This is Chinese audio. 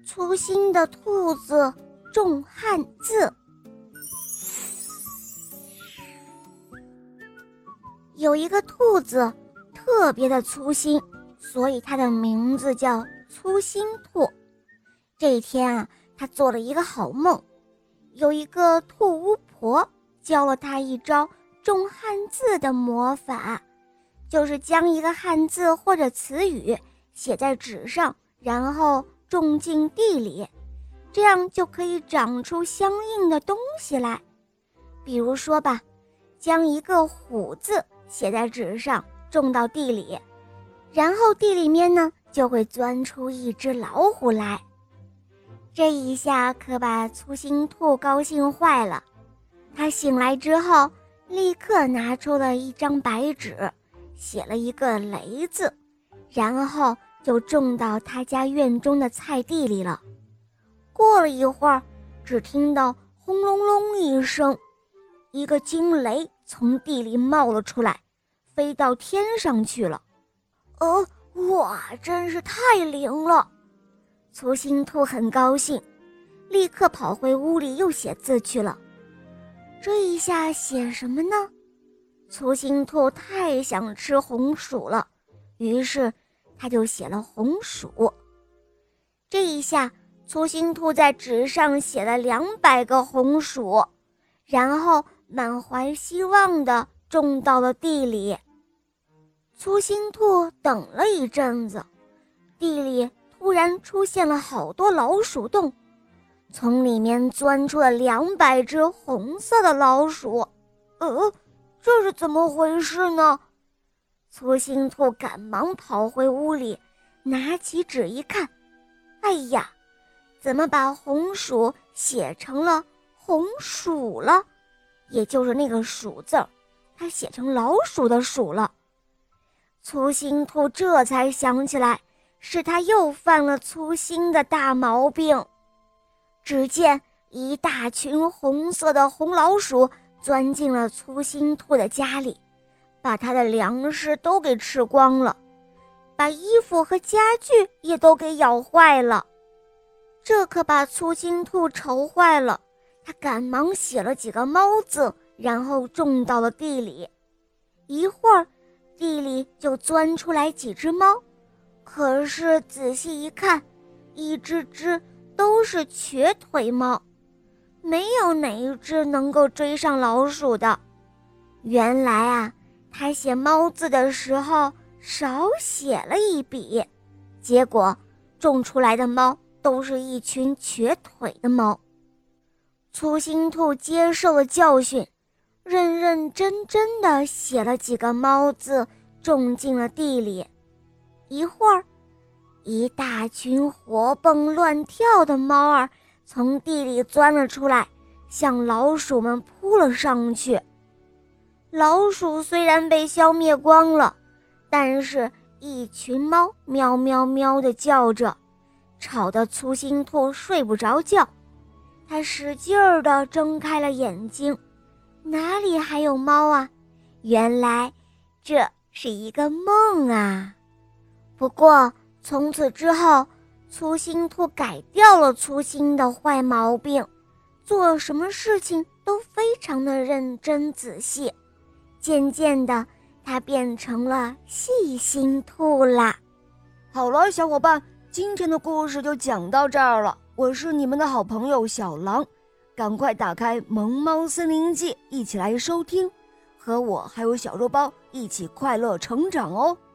粗心的兔子种汉字。有一个兔子特别的粗心，所以它的名字叫粗心兔。这一天啊，它做了一个好梦，有一个兔巫婆教了它一招种汉字的魔法，就是将一个汉字或者词语写在纸上，然后种进地里，这样就可以长出相应的东西来。比如说吧，将一个虎字写在纸上，种到地里，然后地里面呢就会钻出一只老虎来。这一下可把粗心兔高兴坏了，他醒来之后立刻拿出了一张白纸，写了一个雷字，然后就种到他家院中的菜地里了。过了一会儿，只听到轰隆隆一声，一个惊雷从地里冒了出来，飞到天上去了。哇，真是太灵了！粗心兔很高兴，立刻跑回屋里又写字去了。这一下写什么呢？粗心兔太想吃红薯了，于是他就写了红薯。这一下粗心兔在纸上写了200个红薯，然后满怀希望地种到了地里。粗心兔等了一阵子，地里突然出现了好多老鼠洞，从里面钻出了200只红色的老鼠。这是怎么回事呢？粗心兔赶忙跑回屋里，拿起纸一看，哎呀，怎么把红薯写成了红薯了？也就是那个鼠字儿，它写成老鼠的鼠了。粗心兔这才想起来，是他又犯了粗心的大毛病。只见一大群红色的红老鼠钻进了粗心兔的家里，把他的粮食都给吃光了，把衣服和家具也都给咬坏了。这可把粗心兔愁坏了，他赶忙写了几个猫字，然后种到了地里。一会儿地里就钻出来几只猫，可是仔细一看，一只只都是瘸腿猫，没有哪一只能够追上老鼠的。原来啊，他写猫字的时候少写了一笔，结果种出来的猫都是一群瘸腿的猫。粗心兔接受了教训，认认真真地写了几个猫字，种进了地里。一会儿，一大群活蹦乱跳的猫儿从地里钻了出来，向老鼠们扑了上去。老鼠虽然被消灭光了，但是一群猫喵喵喵地叫着，吵得粗心兔睡不着觉。它使劲儿地睁开了眼睛，哪里还有猫啊？原来这是一个梦啊！不过从此之后，粗心兔改掉了粗心的坏毛病，做什么事情都非常的认真仔细。渐渐的，它变成了细心兔啦。 好了，小伙伴，今天的故事就讲到这儿了。我是你们的好朋友小狼，赶快打开《萌猫森林记》，一起来收听，和我还有小肉包一起快乐成长哦。